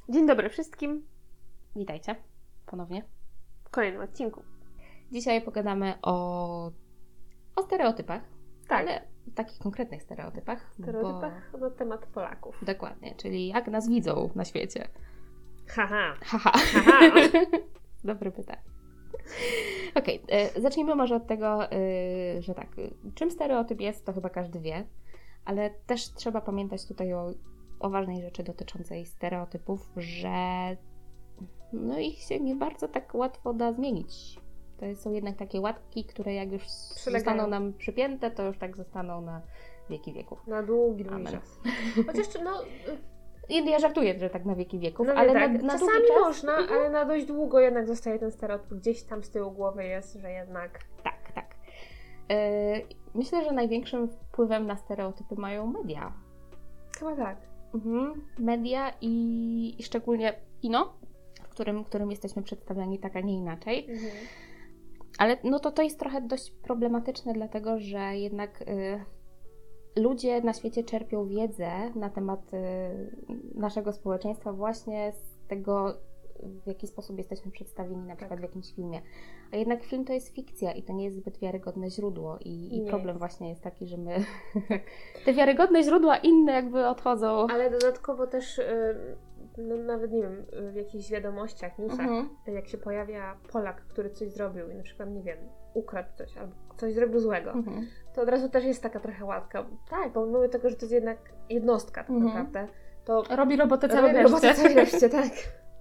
Dzień dobry wszystkim. Witajcie ponownie W kolejnym odcinku. Dzisiaj pogadamy o stereotypach, Tak. Ale takich konkretnych stereotypach. Stereotypach na temat Polaków. Dokładnie, czyli jak nas widzą na świecie. Haha. Haha. Dobre pytanie. Okej, zacznijmy może od tego, że tak, czym stereotyp jest, to chyba każdy wie, ale też trzeba pamiętać tutaj o ważnej rzeczy dotyczącej stereotypów, że ich się nie bardzo tak łatwo da zmienić. To są jednak takie łatki, które jak już zostaną nam przypięte, to już tak zostaną na wieki wieków. Na długi czas. Chociaż ja żartuję, że tak na wieki wieków, no ale tak. na czasami długi czas, można, ale na dość długo jednak zostaje ten stereotyp. Gdzieś tam z tyłu głowy jest, że jednak... Tak. Myślę, że największym wpływem na stereotypy mają media. Chyba tak. Media i szczególnie kino, w którym jesteśmy przedstawiani tak, a nie inaczej. Ale to jest trochę dość problematyczne, dlatego że jednak ludzie na świecie czerpią wiedzę na temat naszego społeczeństwa właśnie z tego, w jaki sposób jesteśmy przedstawieni na przykład w jakimś filmie. A jednak film to jest fikcja i to nie jest zbyt wiarygodne źródło i problem właśnie jest taki, że my te wiarygodne źródła inne jakby odchodzą. Ale dodatkowo też nawet nie wiem, w jakichś wiadomościach, newsach, jak się pojawia Polak, który coś zrobił i na przykład, nie wiem, ukradł coś albo coś zrobił złego, to od razu też jest taka trochę łatka. Tak, pomimo tego, że to jest jednak jednostka tak naprawdę, to robi robotę całej reszcie, tak.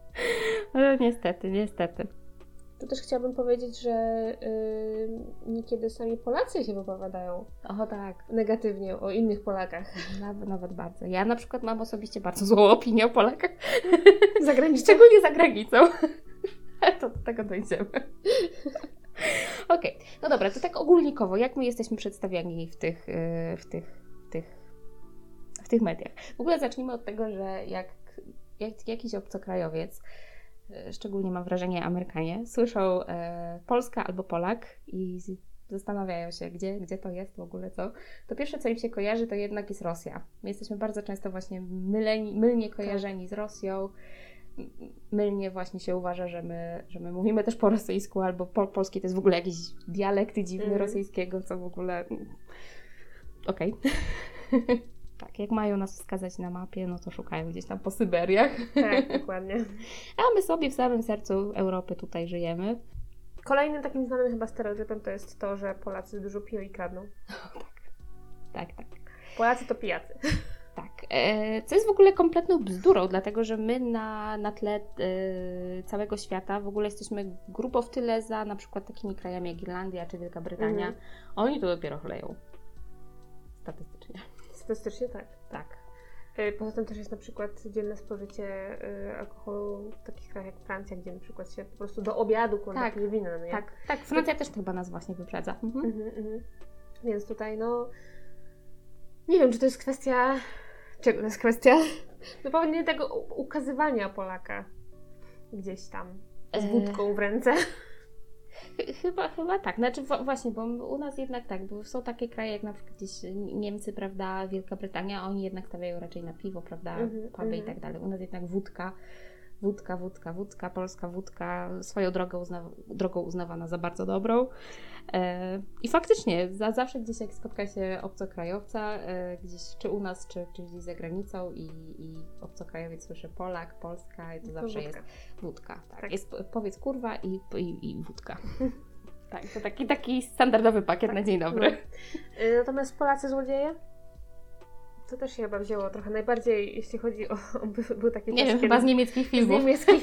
Niestety. Tu też chciałabym powiedzieć, że niekiedy sami Polacy się wypowiadają negatywnie o innych Polakach. Nawet bardzo. Ja na przykład mam osobiście bardzo złą opinię o Polakach. Szczególnie za granicą. To do tego dojdziemy. Okej. No dobra, to tak ogólnikowo. Jak my jesteśmy przedstawiani w tych mediach? W ogóle zacznijmy od tego, że jak jakiś obcokrajowiec, szczególnie mam wrażenie Amerykanie, słyszą Polska albo Polak i zastanawiają się, gdzie to jest w ogóle, co. To pierwsze, co im się kojarzy, to jednak jest Rosja. My jesteśmy bardzo często właśnie mylnie kojarzeni z Rosją. Mylnie właśnie się uważa, że my mówimy też po rosyjsku, albo polski to jest w ogóle jakiś dialekt dziwny rosyjskiego, co w ogóle... Okej. Tak, jak mają nas wskazać na mapie, to szukają gdzieś tam po Syberiach. Tak, dokładnie. A my sobie w samym sercu Europy tutaj żyjemy. Kolejnym takim znanym chyba stereotypem to jest to, że Polacy dużo piją i kradną. Tak. Polacy to pijacy. Tak. Co jest w ogóle kompletną bzdurą, dlatego że my na tle całego świata w ogóle jesteśmy grubo w tyle za na przykład takimi krajami jak Irlandia czy Wielka Brytania. Oni to dopiero chleją. Statystycznie tak. Poza tym też jest na przykład dzienne spożycie alkoholu w takich krajach jak Francja, gdzie na przykład się po prostu do obiadu pije wino. No nie? Tak. Francja też chyba nas właśnie wyprzedza. Więc tutaj nie wiem, czy to jest kwestia... Czego to jest kwestia? Pewnie tego ukazywania Polaka gdzieś tam z wódką w ręce. Chyba tak. Znaczy właśnie, bo u nas jednak tak, bo są takie kraje jak na przykład gdzieś Niemcy, prawda, Wielka Brytania, oni jednak stawiają raczej na piwo, prawda, puby i tak dalej. U nas jednak wódka, polska wódka, swoją drogą uznawana za bardzo dobrą. I faktycznie, zawsze gdzieś jak spotka się obcokrajowca, gdzieś czy u nas, czy gdzieś za granicą i obcokrajowiec słyszy Polak, Polska i to zawsze jest wódka. Tak. Jest powiedz kurwa i wódka. Tak, to taki standardowy pakiet na dzień dobry. Natomiast Polacy złodzieje? To też się chyba wzięło trochę najbardziej, jeśli chodzi o... Był taki nie wiem, chyba z niemieckich filmów.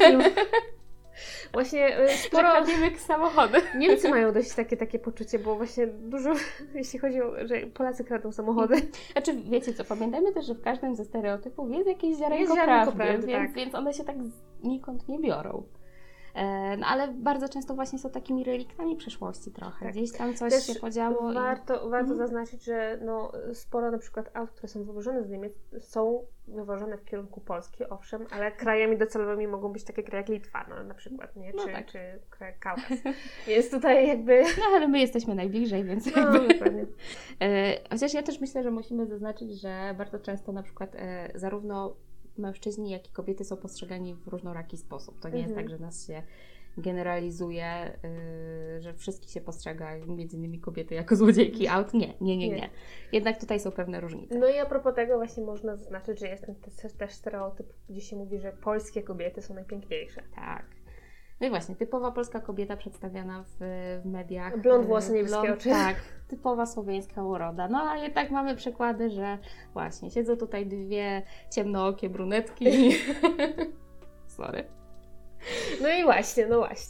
Właśnie sporo... samochody. Niemcy mają dość takie poczucie, bo właśnie dużo, jeśli chodzi o, że Polacy kradą samochody. Znaczy, wiecie co, pamiętajmy też, że w każdym ze stereotypów jest jakieś ziarenko prawdy, więc one się tak znikąd nie biorą. Ale bardzo często właśnie są takimi reliktami przeszłości trochę. Gdzieś tam coś się podziało. Warto zaznaczyć, że sporo na przykład aut, które są wywożone z Niemiec, są wywożone w kierunku Polski, owszem, ale krajami docelowymi mogą być takie kraje jak Litwa, na przykład, nie? Czy kraj jak Kaukaz. Więc tutaj jakby... ale my jesteśmy najbliżej, więc dokładnie. Chociaż ja też myślę, że musimy zaznaczyć, że bardzo często na przykład zarówno mężczyźni, jak i kobiety są postrzegani w różnoraki sposób. To nie jest tak, że nas się generalizuje, że wszystkich się postrzega, między innymi kobiety, jako złodziejki aut. Nie. Jednak tutaj są pewne różnice. No i a propos tego właśnie można zaznaczyć, że jest ten też stereotyp, gdzie się mówi, że polskie kobiety są najpiękniejsze. Tak. No i właśnie, typowa polska kobieta przedstawiana w mediach. Blond włosy, niebieskie oczy. Tak, typowa słowiańska uroda. No a jednak mamy przykłady, że właśnie siedzą tutaj dwie ciemnookie brunetki. Sorry. No i właśnie.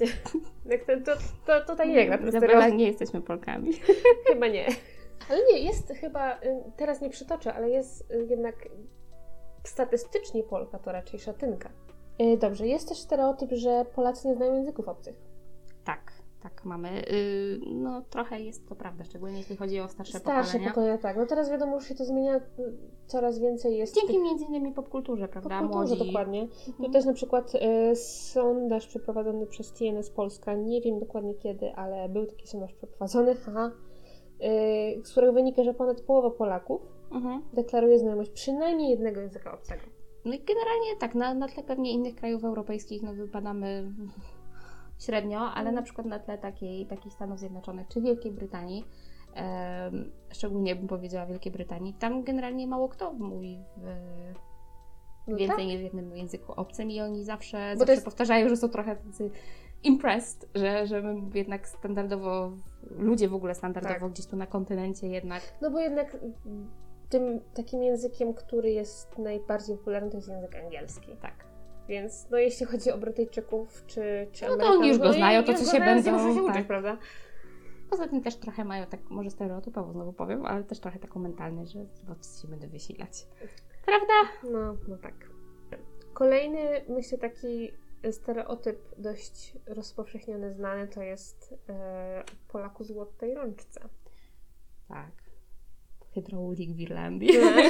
To tutaj nie gra ten Izabela, nie jesteśmy Polkami. Chyba nie. Ale nie, jest chyba, teraz nie przytoczę, ale jest jednak statystycznie Polka to raczej szatynka. Dobrze, jest też stereotyp, że Polacy nie znają języków obcych. Tak, mamy. No trochę jest to prawda, szczególnie jeśli chodzi o starsze pokolenia. Tak. No teraz wiadomo, że się to zmienia, coraz więcej jest... Dzięki między innymi popkulturze, prawda? Popkulturze, dokładnie. Tu też na przykład sondaż przeprowadzony przez TNS Polska, nie wiem dokładnie kiedy, ale był taki sondaż przeprowadzony, z którego wynika, że ponad połowa Polaków deklaruje znajomość przynajmniej jednego języka obcego. No i generalnie tak, na tle pewnie innych krajów europejskich wypadamy średnio, ale na przykład na tle takich Stanów Zjednoczonych czy Wielkiej Brytanii, szczególnie bym powiedziała Wielkiej Brytanii, tam generalnie mało kto mówi więcej niż w jednym języku obcym i oni zawsze powtarzają, że są trochę tacy impressed, że my jednak standardowo, ludzie w ogóle standardowo gdzieś tu na kontynencie jednak... No bo jednak tym takim językiem, który jest najbardziej popularny, to jest język angielski. Tak. Więc no jeśli chodzi o Brytyjczyków czy Amerykanów... No to oni już go znają, to co się będą... muszą się uczyć, prawda? Poza tym też trochę mają tak, może stereotypowo znowu powiem, ale też trochę taką mentalność, że się będę wysilać. Prawda? No tak. Kolejny, myślę, taki stereotyp dość rozpowszechniony, znany, to jest Polaku złotej rączce. Tak. Hydraulik w Irlandii.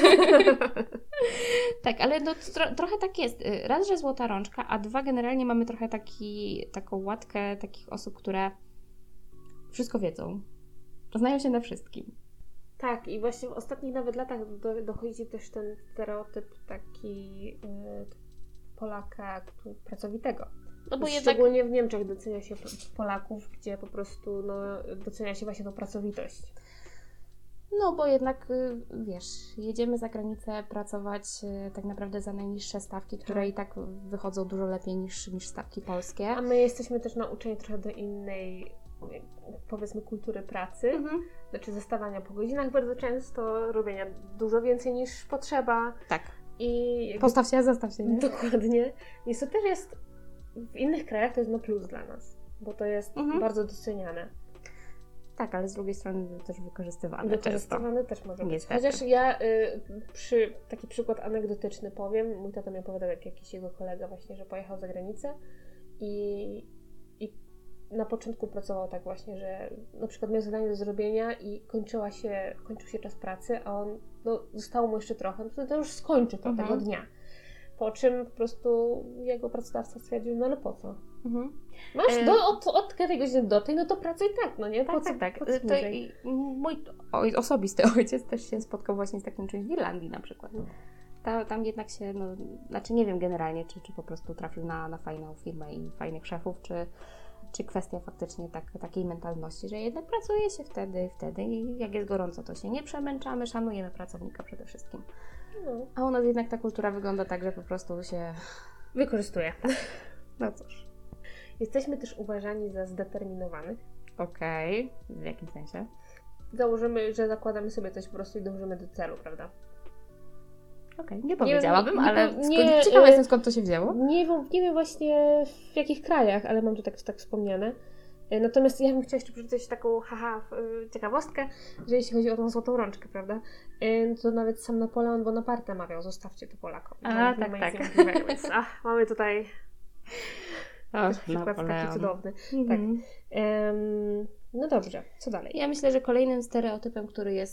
Tak, ale no, trochę tak jest. Raz, że złota rączka, a dwa, generalnie mamy trochę taką łatkę takich osób, które wszystko wiedzą. Znają się na wszystkim. Tak, i właśnie w ostatnich nawet latach dochodzi też ten stereotyp taki Polaka pracowitego. No bo szczególnie w Niemczech docenia się Polaków, gdzie po prostu docenia się właśnie tą pracowitość. No bo jednak, wiesz, jedziemy za granicę pracować tak naprawdę za najniższe stawki, które i tak wychodzą dużo lepiej niż stawki polskie. A my jesteśmy też nauczeni trochę do innej, powiedzmy, kultury pracy. Znaczy zostawania po godzinach bardzo często, robienia dużo więcej niż potrzeba. Tak. I postaw się, zastaw się. Nie? Dokładnie. Więc to też jest, w innych krajach to jest plus dla nas, bo to jest bardzo doceniane. Tak, ale z drugiej strony też wykorzystywane też może być. Chociaż ja taki przykład anegdotyczny powiem. Mój tata mi opowiadał, jak jakiś jego kolega właśnie, że pojechał za granicę i na początku pracował tak właśnie, że na przykład miał zadanie do zrobienia i kończył się czas pracy, a on, zostało mu jeszcze trochę, to już skończy to tego dnia. Po czym po prostu jego pracodawca stwierdził, ale po co? Masz od tej godziny do tej, to pracuj tak, no nie? Tak. Mój osobisty ojciec też się spotkał właśnie z takim czymś w Irlandii na przykład. Tam jednak się, znaczy nie wiem generalnie, czy po prostu trafił na fajną firmę i fajnych szefów, czy kwestia faktycznie takiej mentalności, że jednak pracuje się wtedy i jak jest gorąco, to się nie przemęczamy, szanujemy pracownika przede wszystkim. A u nas jednak ta kultura wygląda tak, że po prostu się wykorzystuje. No cóż. Jesteśmy też uważani za zdeterminowanych. Okej. W jakim sensie? Założymy, że zakładamy sobie coś po prostu i dążymy do celu, prawda? Okej, nie powiedziałabym, ale ciekawa jestem, skąd to się wzięło. Nie wiem właśnie w jakich krajach, ale mam to tak wspomniane. Natomiast ja bym chciała jeszcze przeczytać taką ciekawostkę, że jeśli chodzi o tą złotą rączkę, prawda, to nawet sam Napoleon Bonaparte mawiał, zostawcie to Polakom. Tak. Więc, mamy tutaj przykład taki cudowny. Tak. No dobrze, co dalej? Ja myślę, że kolejnym stereotypem,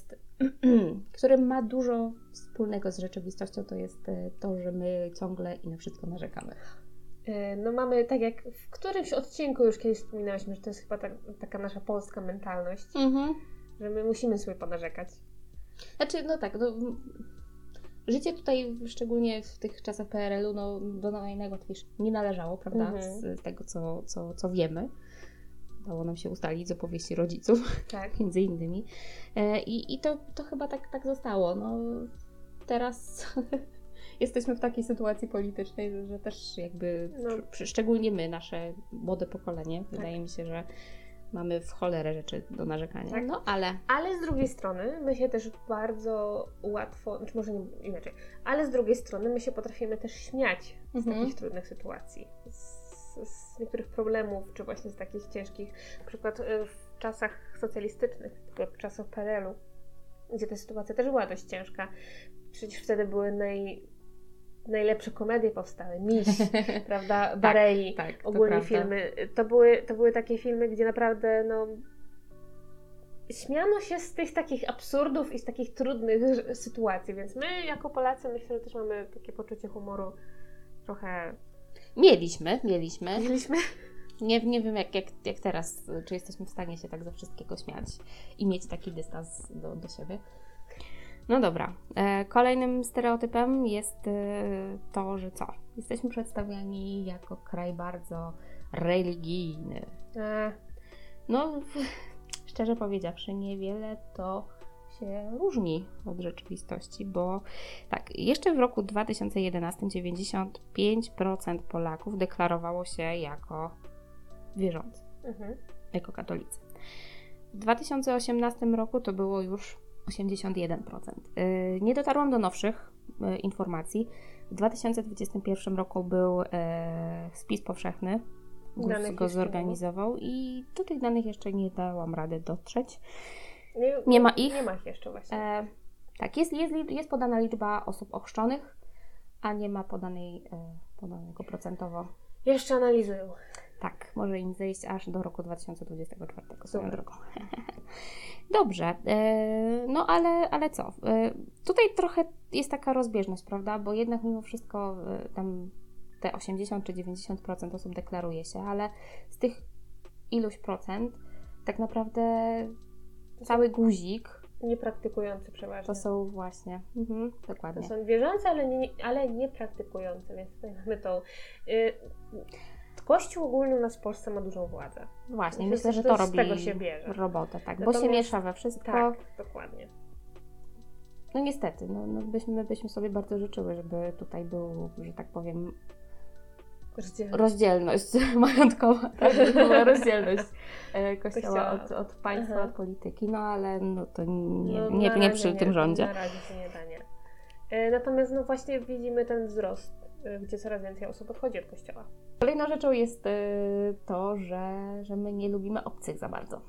który ma dużo wspólnego z rzeczywistością, to jest to, że my ciągle i na wszystko narzekamy. Mamy, tak jak w którymś odcinku już kiedyś wspominałyśmy, że to jest chyba taka nasza polska mentalność, że my musimy sobie ponarzekać. Znaczy, życie tutaj, szczególnie w tych czasach PRL-u, no, do najnego nie należało, prawda? Z tego, co wiemy. Udało nam się ustalić z opowieści rodziców, tak. między innymi. I to chyba tak zostało. No, teraz jesteśmy w takiej sytuacji politycznej, że też jakby, szczególnie my, nasze młode pokolenie, wydaje mi się, że mamy w cholerę rzeczy do narzekania. Tak. No, ale z drugiej strony my się też bardzo łatwo, znaczy może nie inaczej, ale z drugiej strony my się potrafimy też śmiać z takich trudnych sytuacji, z niektórych problemów, czy właśnie z takich ciężkich, na przykład w czasach socjalistycznych, w czasach PRL-u, gdzie ta sytuacja też była dość ciężka. Przecież wtedy były najlepsze komedie powstały. Miś, prawda? Barei, tak, ogólnie filmy. To były takie filmy, gdzie naprawdę śmiano się z tych takich absurdów i z takich trudnych sytuacji, więc my jako Polacy myślę, że też mamy takie poczucie humoru trochę... Mieliśmy. Nie wiem jak teraz, czy jesteśmy w stanie się tak ze wszystkiego śmiać i mieć taki dystans do siebie. No dobra. Kolejnym stereotypem jest to, że co? Jesteśmy przedstawiani jako kraj bardzo religijny. No, szczerze powiedziawszy, niewiele to się różni od rzeczywistości, bo tak, jeszcze w roku 2011 95% Polaków deklarowało się jako wierzący, jako katolicy. W 2018 roku to było już 81%. Nie dotarłam do nowszych informacji. W 2021 roku był spis powszechny. GUS go zorganizował i do tych danych jeszcze nie dałam rady dotrzeć. Nie ma ich. Nie ma ich jeszcze właśnie. Tak, jest podana liczba osób ochrzczonych, a nie ma podanego procentowo. Jeszcze analizują. Tak, może im zejść aż do roku 2024 swoją drogą. Dobrze, no ale co? Tutaj trochę jest taka rozbieżność, prawda? Bo jednak mimo wszystko tam te 80 czy 90% osób deklaruje się, ale z tych iluś procent tak naprawdę cały guzik niepraktykujący przeważnie. To są właśnie, dokładnie. To są wierzące, ale nie praktykujące, więc tutaj mamy tą... Kościół ogólny u nas w Polsce ma dużą władzę. Właśnie, myślę, że to robi z tego się bierze. Robotę, tak, natomiast, bo się miesza we wszystko. Tak, dokładnie. No niestety, byśmy sobie bardzo życzyły, żeby tutaj był, że tak powiem, rozdzielność majątkowa, tak, żeby była rozdzielność Kościoła od państwa, od polityki, no ale to nie przy tym rządzie. Na razie się nie da, nie. Natomiast właśnie widzimy ten wzrost, gdzie coraz więcej osób odchodzi od Kościoła. Kolejną rzeczą jest to, że my nie lubimy obcych za bardzo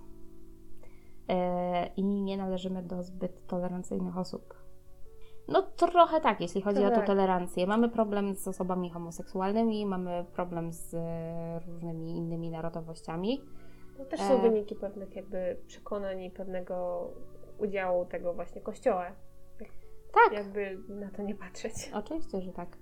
i nie należymy do zbyt tolerancyjnych osób. No trochę tak, jeśli chodzi o tę tolerancję. Mamy problem z osobami homoseksualnymi, mamy problem z różnymi innymi narodowościami. To też są wyniki pewnych jakby przekonań i pewnego udziału tego właśnie Kościoła. Tak. Jakby na to nie patrzeć. Oczywiście, że tak.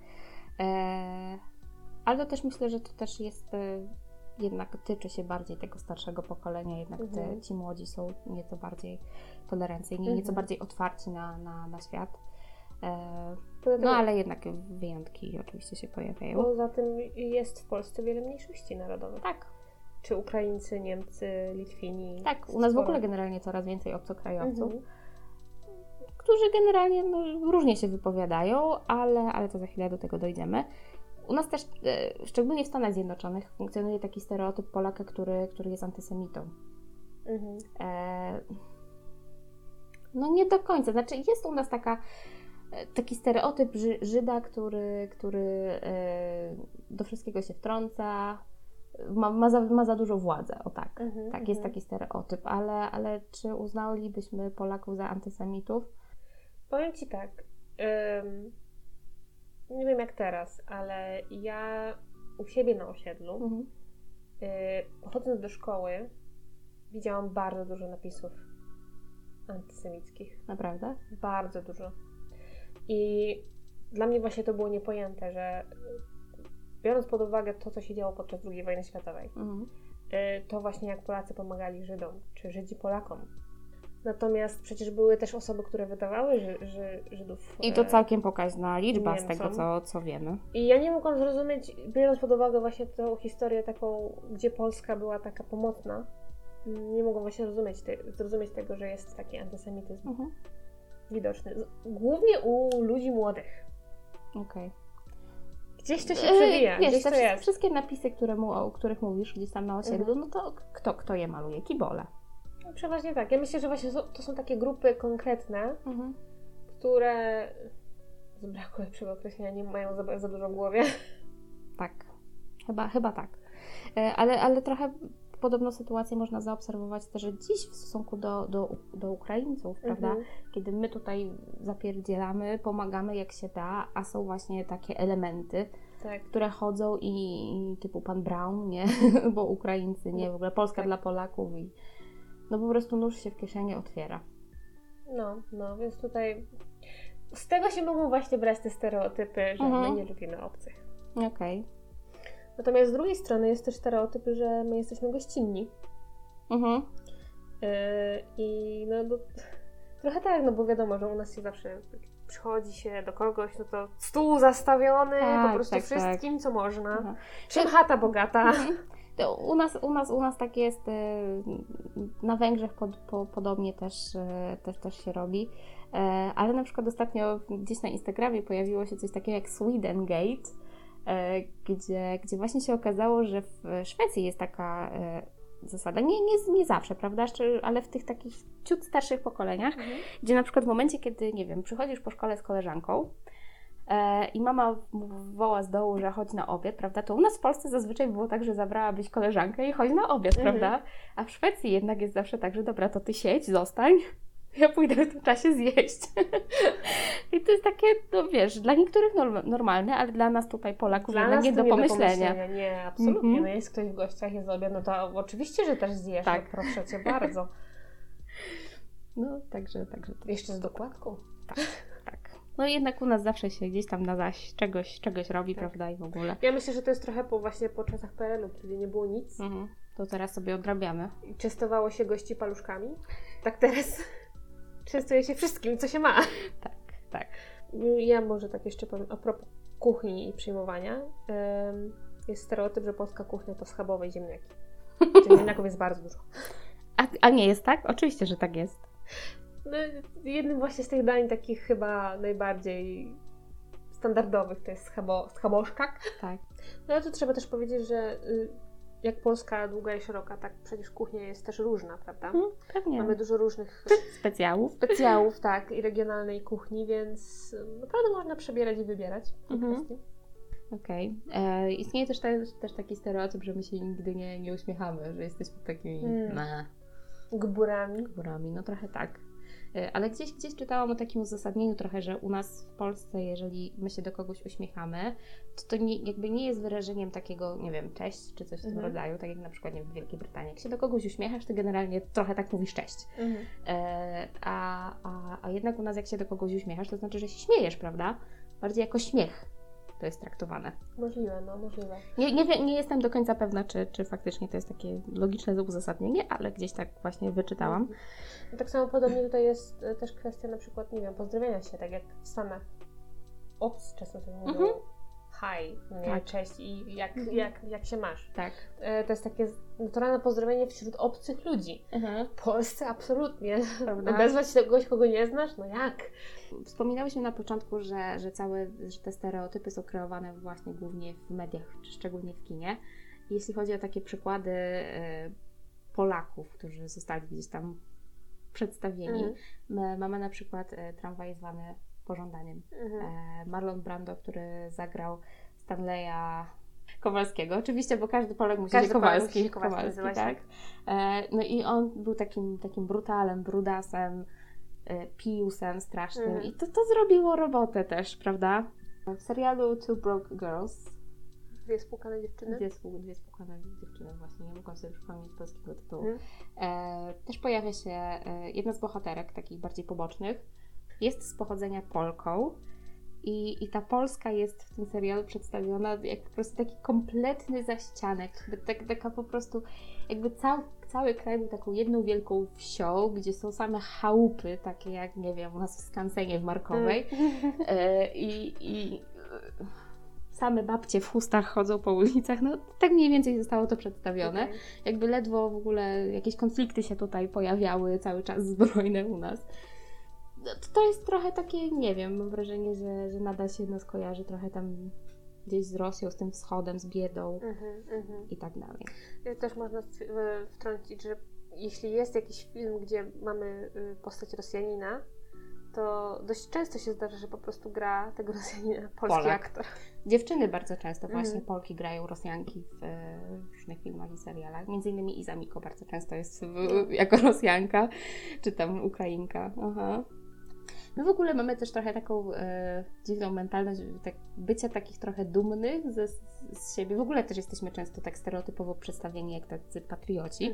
Ale to też myślę, że to też jest jednak tyczy się bardziej tego starszego pokolenia, jednak ci młodzi są nieco bardziej tolerancyjni, nieco bardziej otwarci na świat. No ale jednak wyjątki oczywiście się pojawiają. Poza tym jest w Polsce wiele mniejszości narodowych. Tak. Czy Ukraińcy, Niemcy, Litwini. Tak, u nas w ogóle generalnie coraz więcej obcokrajowców, którzy generalnie różnie się wypowiadają, ale to za chwilę do tego dojdziemy. U nas też, szczególnie w Stanach Zjednoczonych, funkcjonuje taki stereotyp Polaka, który jest antysemitą. No nie do końca. Znaczy jest u nas taki stereotyp Żyda, który do wszystkiego się wtrąca, ma za dużo władzę, o tak. Tak, jest taki stereotyp, ale czy uznalibyśmy Polaków za antysemitów? Powiem Ci tak, nie wiem jak teraz, ale ja u siebie na osiedlu, chodząc do szkoły, widziałam bardzo dużo napisów antysemickich. Naprawdę? Bardzo dużo. I dla mnie właśnie to było niepojęte, że biorąc pod uwagę to, co się działo podczas II wojny światowej, to właśnie jak Polacy pomagali Żydom, czy Żydzi Polakom, Natomiast przecież były też osoby, które wydawały Żydów. I to całkiem pokaźna liczba Niemcom. z tego, co wiemy. I ja nie mogłam zrozumieć, biorąc pod uwagę właśnie tę historię taką, gdzie Polska była taka pomocna, nie mogłam właśnie zrozumieć tego, że jest taki antysemityzm widoczny. Głównie u ludzi młodych. Okej. Gdzieś to się przewija, wiesz, gdzieś to jest. Wszystkie napisy, o których mówisz gdzieś tam na osiedlu, no to kto je maluje? Kibole. No, przeważnie tak. Ja myślę, że właśnie to są takie grupy konkretne, które z braku lepszego określenia nie mają za dużo w głowie. Tak. Chyba tak. Ale trochę podobną sytuację można zaobserwować też dziś w stosunku do Ukraińców, prawda? Kiedy my tutaj zapierdzielamy, pomagamy jak się da, a są właśnie takie elementy, które chodzą i typu pan Braun, nie? Bo Ukraińcy, nie? W ogóle Polska dla Polaków i no po prostu nóż się w kieszeni otwiera. No, więc tutaj z tego się mogą właśnie brać te stereotypy, że my nie lubimy obcych. Okej. Natomiast z drugiej strony jest też stereotypy, że my jesteśmy gościnni. I no trochę tak, no bo wiadomo, że u nas się zawsze przychodzi się do kogoś, no to stół zastawiony, po prostu wszystkim, co można. Czym chata bogata. To u nas tak jest, na Węgrzech podobnie też się robi, ale na przykład ostatnio gdzieś na Instagramie pojawiło się coś takiego jak Sweden Gate, gdzie właśnie się okazało, że w Szwecji jest taka zasada, nie zawsze, prawda, ale w tych takich ciut starszych pokoleniach, gdzie na przykład w momencie, kiedy, nie wiem, przychodzisz po szkole z koleżanką i mama woła z dołu, że chodź na obiad, prawda, to u nas w Polsce zazwyczaj było tak, że zabrałabyś koleżankę i chodź na obiad, prawda, a w Szwecji jednak jest zawsze tak, że dobra, to ty siedź, zostań, ja pójdę w tym czasie zjeść. I to jest takie, no wiesz, dla niektórych normalne, ale dla nas tutaj Polaków jednak nie do pomyślenia. Nie, absolutnie. No jest ktoś w gościach, jest obiad, no to oczywiście, że też zjesz, no proszę Cię bardzo. No, także to... Jeszcze z dokładką. Tak. No jednak u nas zawsze się gdzieś tam na zaś czegoś robi, prawda, i w ogóle. Ja myślę, że to jest trochę właśnie po czasach PRL-u, kiedy nie było nic. To teraz sobie odrabiamy. I częstowało się gości paluszkami. Tak teraz częstuje się wszystkim, co się ma. Tak. Ja może tak jeszcze powiem a propos kuchni i przyjmowania. Jest stereotyp, że polska kuchnia to schabowe i ziemniaki. Ziemniaków jest bardzo dużo. A nie jest tak? Oczywiście, że tak jest. No, jednym właśnie z tych dań takich chyba najbardziej standardowych to jest schaboszkak. Tak. No ale to trzeba też powiedzieć, że jak Polska długa i szeroka, tak przecież kuchnia jest też różna, prawda? Pewnie. Mamy dużo różnych specjałów, tak, i regionalnej kuchni, więc naprawdę można przebierać i wybierać w tej kwestii. Okej. Istnieje też taki stereotyp, że my się nigdy nie uśmiechamy, że jesteśmy takimi gburami. No trochę tak. Ale gdzieś czytałam o takim uzasadnieniu trochę, że u nas w Polsce, jeżeli my się do kogoś uśmiechamy, to nie jest wyrażeniem takiego, nie wiem, cześć, czy coś w tym rodzaju, tak jak na przykład w Wielkiej Brytanii. Jak się do kogoś uśmiechasz, to generalnie trochę tak mówisz cześć. A jednak u nas jak się do kogoś uśmiechasz, to znaczy, że się śmiejesz, prawda? Bardziej jako śmiech to jest traktowane. Możliwe. Nie jestem do końca pewna, czy faktycznie to jest takie logiczne uzasadnienie, ale gdzieś tak właśnie wyczytałam. Tak samo podobnie tutaj jest też kwestia na przykład, nie wiem, pozdrowienia się, tak jak w Stanach. Obcy często sobie mówią hi, nie, cześć i jak się masz. Tak. To jest takie naturalne pozdrowienie wśród obcych ludzi. W Polsce absolutnie. Prawda? Odezwać się do kogoś, kogo nie znasz? No jak? Wspominałyśmy na początku, że te stereotypy są kreowane właśnie głównie w mediach, czy szczególnie w kinie. Jeśli chodzi o takie przykłady Polaków, którzy zostali gdzieś tam przedstawieni, mamy na przykład Tramwaj zwany Pożądaniem. Marlon Brando, który zagrał Stanleya Kowalskiego. Oczywiście, bo każdy Polak musi się Kowalski, tak. No i on był takim brutalem, brudasem, pijusem strasznym i to zrobiło robotę też, prawda? W serialu Two Broke Girls Dwie spłukane dziewczyny? Dwie spłukane dziewczyny, właśnie, nie mogłam sobie przypomnieć polskiego tytułu. Też pojawia się jedna z bohaterek, takich bardziej pobocznych. Jest z pochodzenia Polką I ta Polska jest w tym serialu przedstawiona jak po prostu taki kompletny zaścianek, taka po prostu jakby cały kraj był taką jedną wielką wsią, gdzie są same chałupy, takie jak, nie wiem, u nas w Skansenie w Markowej i same babcie w chustach chodzą po ulicach, no tak mniej więcej zostało to przedstawione. Okay. Jakby ledwo w ogóle jakieś konflikty się tutaj pojawiały cały czas zbrojne u nas. To jest trochę takie, nie wiem, mam wrażenie, że nadal się nas kojarzy trochę tam gdzieś z Rosją, z tym wschodem, z biedą i tak dalej. Też można wtrącić, że jeśli jest jakiś film, gdzie mamy postać Rosjanina, to dość często się zdarza, że po prostu gra tego Rosjanina polski aktor. Dziewczyny bardzo często właśnie Polki grają Rosjanki w różnych filmach i serialach. Między innymi Iza Miko bardzo często jest jako Rosjanka, czy tam Ukrainka. Aha. My w ogóle mamy też trochę taką dziwną mentalność bycia takich trochę dumnych z siebie. W ogóle też jesteśmy często tak stereotypowo przedstawieni jak tacy patrioci.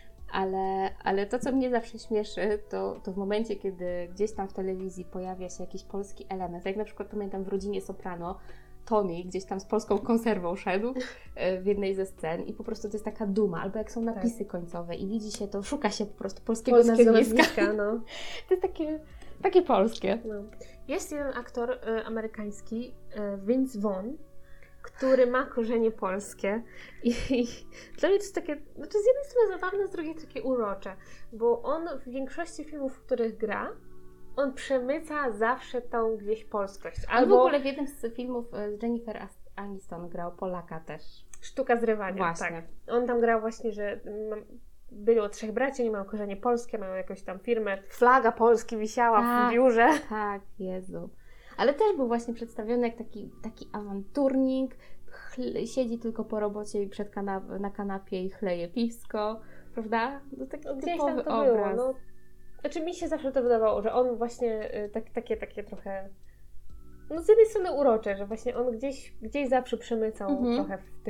Ale to, co mnie zawsze śmieszy, to w momencie, kiedy gdzieś tam w telewizji pojawia się jakiś polski element, jak na przykład pamiętam w Rodzinie Soprano, Tony gdzieś tam z polską konserwą szedł w jednej ze scen i po prostu to jest taka duma, albo jak są napisy końcowe i widzi się to, szuka się po prostu polskiego nazwiska. No. To jest takie polskie. No. Jest jeden aktor amerykański, Vince Vaughn, który ma korzenie polskie i dla mnie to jest takie, znaczy z jednej strony zabawne, z drugiej takie urocze, bo on w większości filmów, w których gra, on przemyca zawsze tą gdzieś polskość. Albo w ogóle w jednym z filmów z Jennifer Aniston grał Polaka też. Sztuka zrywania, właśnie. Tak. On tam grał właśnie, że było 3 braci, nie mają korzenie polskie, mają jakąś tam firmę, flaga Polski wisiała w biurze. Tak, Jezu. Ale też był właśnie przedstawiony jak taki awanturnik, siedzi tylko po robocie i na kanapie i chleje piwsko, prawda? To taki gdzieś typowy tam to obraz. było. No. Znaczy mi się zawsze to wydawało, że on właśnie takie trochę, no z jednej strony urocze, że właśnie on gdzieś zawsze przemycał trochę w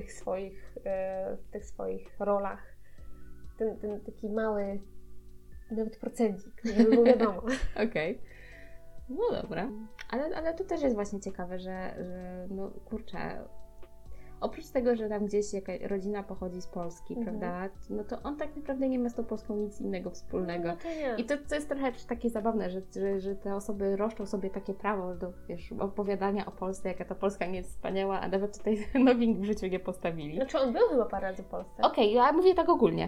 tych swoich rolach. Ten taki mały, nawet procencik, żeby było wiadomo. Okej. No dobra. Ale to też jest właśnie ciekawe, że no kurczę, oprócz tego, że tam gdzieś jakaś rodzina pochodzi z Polski, prawda, no to on tak naprawdę nie ma z tą Polską nic innego wspólnego. No to nie. I to jest trochę takie zabawne, że te osoby roszczą sobie takie prawo do opowiadania o Polsce, jaka ta Polska nie jest wspaniała, a nawet tutaj nowi w życiu nie postawili. Znaczy on był chyba parę razy w Polsce. Okej, ja mówię tak ogólnie.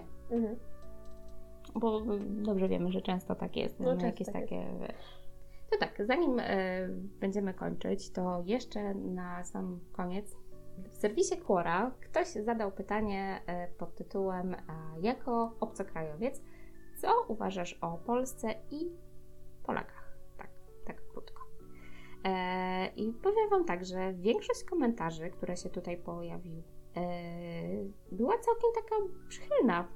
Bo dobrze wiemy, że często tak jest. No, jakieś takie... To tak, zanim będziemy kończyć, to jeszcze na sam koniec w serwisie Quora ktoś zadał pytanie pod tytułem jako obcokrajowiec, co uważasz o Polsce i Polakach? Tak krótko. I powiem Wam tak, że większość komentarzy, które się tutaj pojawiły, była całkiem taka przychylna.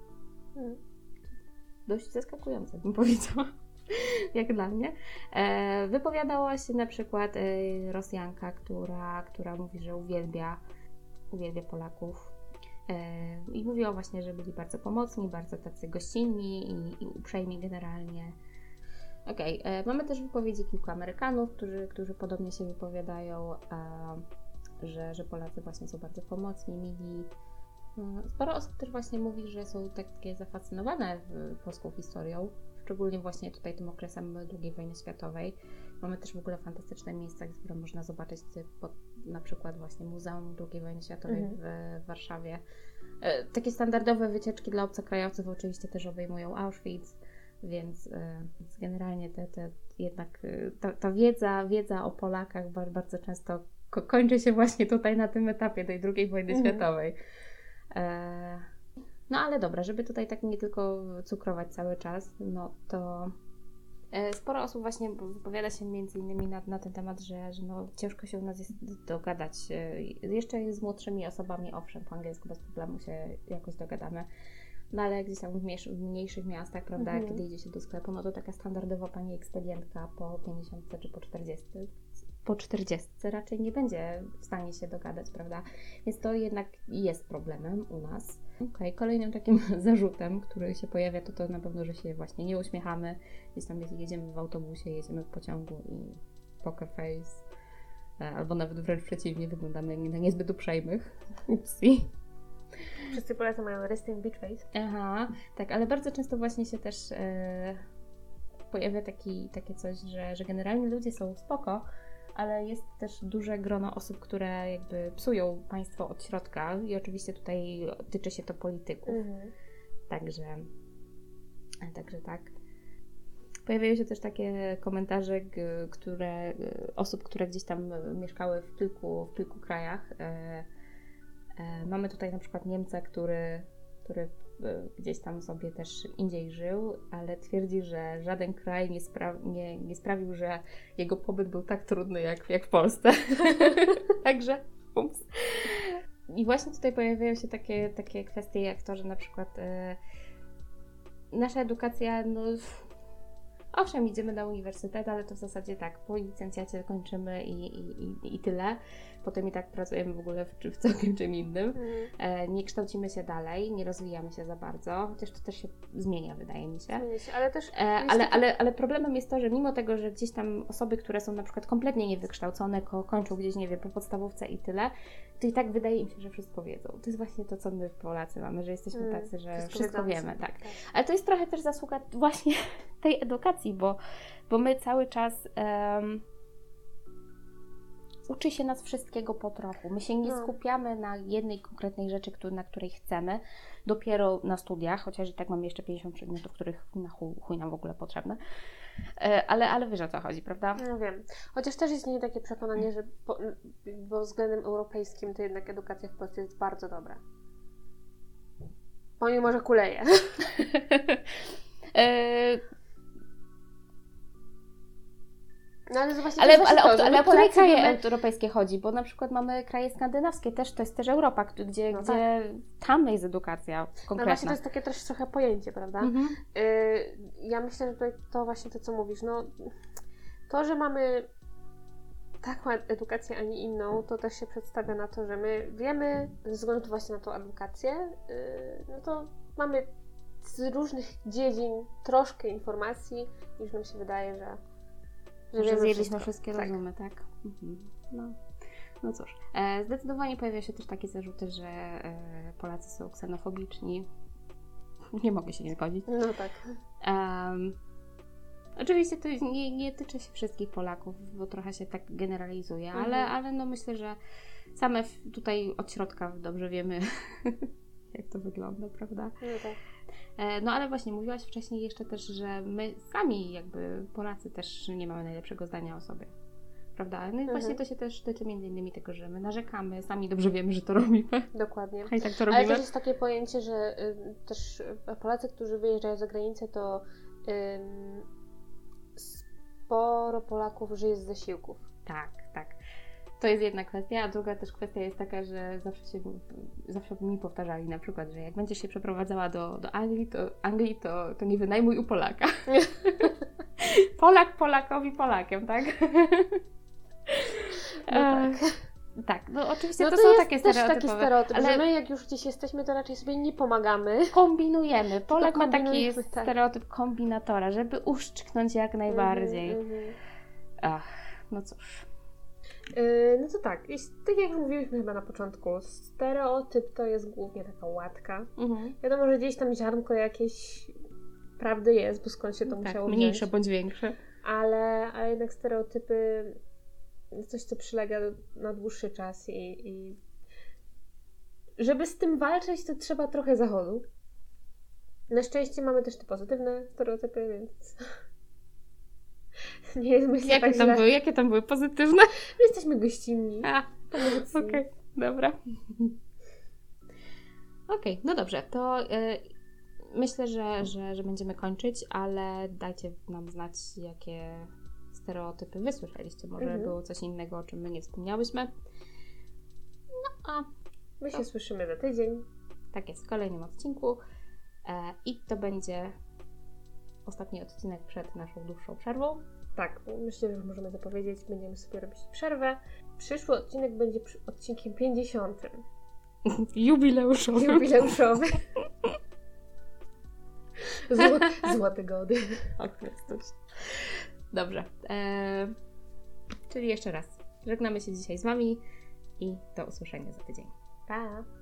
Dość zaskakująca, bym powiedziała. Jak dla mnie. Wypowiadała się na przykład Rosjanka, która mówi, że uwielbia Polaków i mówiła właśnie, że byli bardzo pomocni, bardzo tacy gościnni i uprzejmi generalnie. Okej, mamy też wypowiedzi kilku Amerykanów, którzy podobnie się wypowiadają, że Polacy właśnie są bardzo pomocni, mili. Sporo osób też właśnie mówi, że są takie zafascynowane polską historią, szczególnie właśnie tutaj tym okresem II wojny światowej. Mamy też w ogóle fantastyczne miejsca, które można zobaczyć, na przykład właśnie Muzeum II wojny światowej w Warszawie. Takie standardowe wycieczki dla obcokrajowców oczywiście też obejmują Auschwitz, więc generalnie jednak ta wiedza o Polakach bardzo często kończy się właśnie tutaj na tym etapie tej II wojny światowej. No ale dobra, żeby tutaj tak nie tylko cukrować cały czas, no to sporo osób właśnie wypowiada się między innymi na ten temat, że no, ciężko się u nas jest dogadać. Jeszcze z młodszymi osobami, owszem, po angielsku bez problemu się jakoś dogadamy, no ale gdzieś tam w mniejszych miastach, prawda, kiedy idzie się do sklepu, no to taka standardowa pani ekspedientka po 50 czy po 40 raczej nie będzie w stanie się dogadać, prawda? Więc to jednak jest problemem u nas. Okej, kolejnym takim zarzutem, który się pojawia, to na pewno, że się właśnie nie uśmiechamy. Gdzieś tam jedziemy w autobusie, jedziemy w pociągu i poker face. albo nawet wręcz przeciwnie, wyglądamy na niezbyt uprzejmych. Upsi. Wszyscy Polacy mają resting beach face. Aha, tak, ale bardzo często właśnie się też pojawia takie coś, że generalnie ludzie są spoko, ale jest też duże grono osób, które jakby psują państwo od środka i oczywiście tutaj tyczy się to polityków. Także tak. Pojawiają się też takie komentarze, osób, które gdzieś tam mieszkały w kilku krajach. Mamy tutaj na przykład Niemca, który gdzieś tam sobie też indziej żył, ale twierdzi, że żaden kraj nie sprawił, że jego pobyt był tak trudny jak w Polsce. Także ups. I właśnie tutaj pojawiają się takie kwestie jak to, że na przykład nasza edukacja, no owszem, idziemy na uniwersytet, ale to w zasadzie tak, po licencjacie kończymy i tyle. Potem i tak pracujemy w ogóle w całkiem czym innym. Nie kształcimy się dalej, nie rozwijamy się za bardzo, chociaż to też się zmienia, wydaje mi się. Ale też... Ale problemem jest to, że mimo tego, że gdzieś tam osoby, które są na przykład kompletnie niewykształcone, kończą gdzieś, nie wiem, po podstawówce i tyle, to i tak wydaje im się, że wszystko wiedzą. To jest właśnie to, co my Polacy mamy, że jesteśmy tacy, że wszystko wiemy. Tak. Ale to jest trochę też zasługa właśnie tej edukacji, bo my cały czas uczy się nas wszystkiego po trochu. My się nie skupiamy na jednej konkretnej rzeczy, na której chcemy. Dopiero na studiach, chociaż i tak mamy jeszcze 50 przedmiotów, których na chuj nam w ogóle potrzebne. Ale wiesz, o co chodzi, prawda? No wiem. Chociaż też jest nie takie przekonanie, że pod względem europejskim to jednak edukacja w Polsce jest bardzo dobra. Pomimo, że kuleje. No, ale o które kraje europejskie chodzi? Bo na przykład mamy kraje skandynawskie, to jest też Europa, gdzie tam jest edukacja konkretna. No właśnie to jest takie też trochę pojęcie, prawda? Ja myślę, że tutaj to właśnie to, co mówisz, no to, że mamy taką edukację, a nie inną, to też się przedstawia na to, że my wiemy, ze względu właśnie na tą edukację, no to mamy z różnych dziedzin troszkę informacji, już nam się wydaje, że zjedliśmy wszystkie rozumy, tak? No cóż, zdecydowanie pojawiają się też takie zarzuty, że Polacy są ksenofobiczni. Nie mogę się nie zgodzić. No tak. Oczywiście to nie tyczy się wszystkich Polaków, bo trochę się tak generalizuje, ale no myślę, że same tutaj od środka dobrze wiemy, jak to wygląda, prawda? No tak. No ale właśnie mówiłaś wcześniej jeszcze też, że my sami jakby Polacy też nie mamy najlepszego zdania o sobie, prawda? No i właśnie to się też tyczy między innymi tego, że my narzekamy, sami dobrze wiemy, że to robimy. Dokładnie. I tak to robimy. Ale też jest takie pojęcie, że też Polacy, którzy wyjeżdżają za granicę, to sporo Polaków żyje z zasiłków. Tak. To jest jedna kwestia, a druga też kwestia jest taka, że zawsze mi powtarzali na przykład, że jak będziesz się przeprowadzała do Anglii, to nie wynajmuj u Polaka. Polak Polakowi Polakiem, tak? No tak. Tak, no oczywiście no to są takie stereotypowe. Taki stereotyp, ale że my jak już gdzieś jesteśmy, to raczej sobie nie pomagamy. Kombinujemy. Polak ma taki stereotyp kombinatora, żeby uszczknąć jak najbardziej. Ach, no cóż. No to tak, tak jak mówiliśmy chyba na początku, stereotyp to jest głównie taka łatka. Wiadomo, że gdzieś tam ziarnko jakieś prawdy jest, bo skąd się to musiało wziąć. Mniejsze bądź większe. Ale jednak stereotypy coś, co przylega na dłuższy czas i żeby z tym walczyć, to trzeba trochę zachodu. Na szczęście mamy też te pozytywne stereotypy, więc nie jest myślę tak źle. Jakie tam były pozytywne? My jesteśmy gościnni. Okej, dobra. Okej, no dobrze, to myślę, że będziemy kończyć, ale dajcie nam znać, jakie stereotypy wy słyszeliście. Może było coś innego, o czym my nie wspomniałyśmy. No a my się słyszymy za tydzień. Tak jest, w kolejnym odcinku. I to będzie ostatni odcinek przed naszą dłuższą przerwą. Tak, myślę, że już możemy zapowiedzieć. Będziemy sobie robić przerwę. Przyszły odcinek będzie odcinkiem 50. Jubileuszowy. Złote gody. O Chrystus. Dobrze. Czyli jeszcze raz. Żegnamy się dzisiaj z Wami i do usłyszenia za tydzień. Pa!